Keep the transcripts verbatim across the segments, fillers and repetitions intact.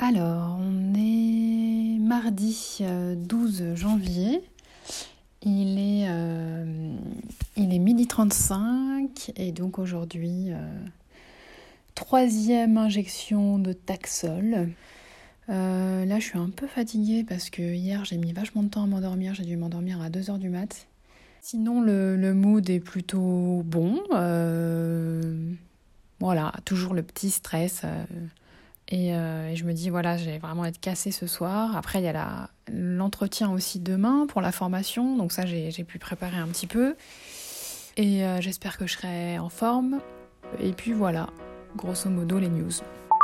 Alors, on est mardi euh, douze janvier. Il est, euh, il est midi trente-cinq et donc aujourd'hui, euh, troisième injection de Taxol. Euh, là, je suis un peu fatiguée parce que hier, j'ai mis vachement de temps à m'endormir. J'ai dû m'endormir à deux heures du mat'. Sinon, le, le mood est plutôt bon. Euh, voilà, toujours le petit stress. Euh, et, euh, et je me dis, voilà, je vais vraiment être cassée ce soir. Après, il y a la, l'entretien aussi demain pour la formation. Donc ça, j'ai, j'ai pu préparer un petit peu. Et euh, j'espère que je serai en forme. Et puis voilà, grosso modo, les news.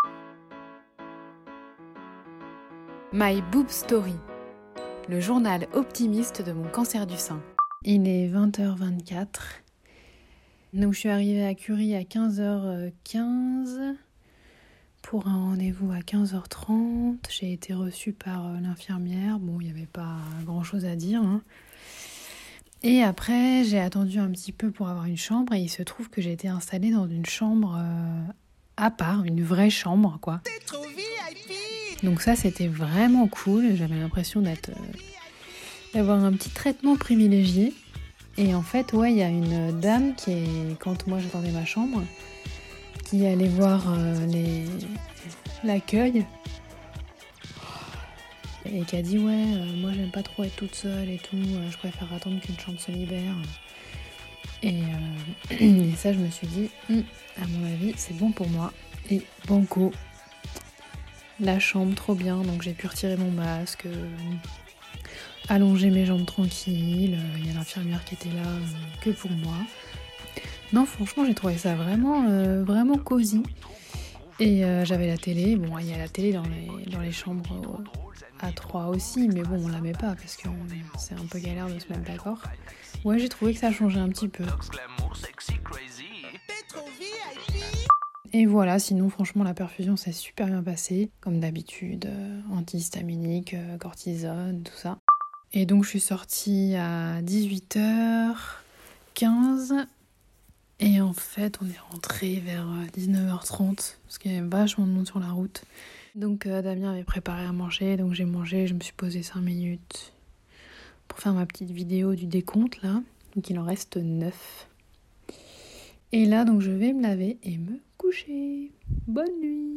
My Boob Story, le journal optimiste de mon cancer du sein. Il est vingt heures vingt-quatre. Donc je suis arrivée à Curie à quinze heures quinze pour un rendez-vous à quinze heures trente. J'ai été reçue par l'infirmière. Bon, il n'y avait pas grand-chose à dire, hein. Et après, j'ai attendu un petit peu pour avoir une chambre et il se trouve que j'ai été installée dans une chambre euh, à part, une vraie chambre, quoi. C'est trop V I P! Donc ça, c'était vraiment cool. J'avais l'impression d'être... Euh, d'avoir un petit traitement privilégié. Et en fait, ouais, il y a une dame qui est, quand moi j'attendais ma chambre, qui allait voir euh, les... l'accueil et qui a dit ouais, euh, moi j'aime pas trop être toute seule et tout, euh, je préfère attendre qu'une chambre se libère. Et, euh, et ça, je me suis dit, hm, à mon avis, c'est bon pour moi. Et banco, la chambre, trop bien. Donc j'ai pu retirer mon masque. Euh, allonger mes jambes tranquilles, il y a l'infirmière qui était là euh, que pour moi. Non, franchement, j'ai trouvé ça vraiment, euh, vraiment cosy. Et euh, j'avais la télé, bon, il y a la télé dans les, dans les chambres euh, à trois aussi, mais bon, on la met pas parce que c'est un peu galère de se mettre d'accord. Ouais, j'ai trouvé que ça changeait un petit peu. Et voilà, sinon, franchement, la perfusion s'est super bien passée. Comme d'habitude, euh, antihistaminique, euh, cortisone, tout ça. Et donc je suis sortie à dix-huit heures quinze et en fait on est rentré vers dix-neuf heures trente parce qu'il y avait vachement de monde sur la route. Donc euh, Damien avait préparé à manger, donc j'ai mangé, je me suis posée cinq minutes pour faire ma petite vidéo du décompte là. Donc il en reste neuf. Et là donc je vais me laver et me coucher. Bonne nuit.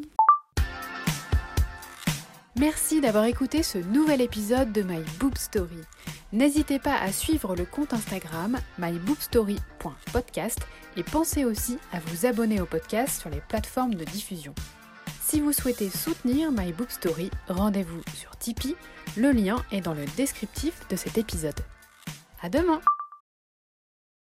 Merci d'avoir écouté ce nouvel épisode de My Boob Story. N'hésitez pas à suivre le compte Instagram my boob story point podcast et pensez aussi à vous abonner au podcast sur les plateformes de diffusion. Si vous souhaitez soutenir My Boob Story, rendez-vous sur Tipeee, le lien est dans le descriptif de cet épisode. À demain!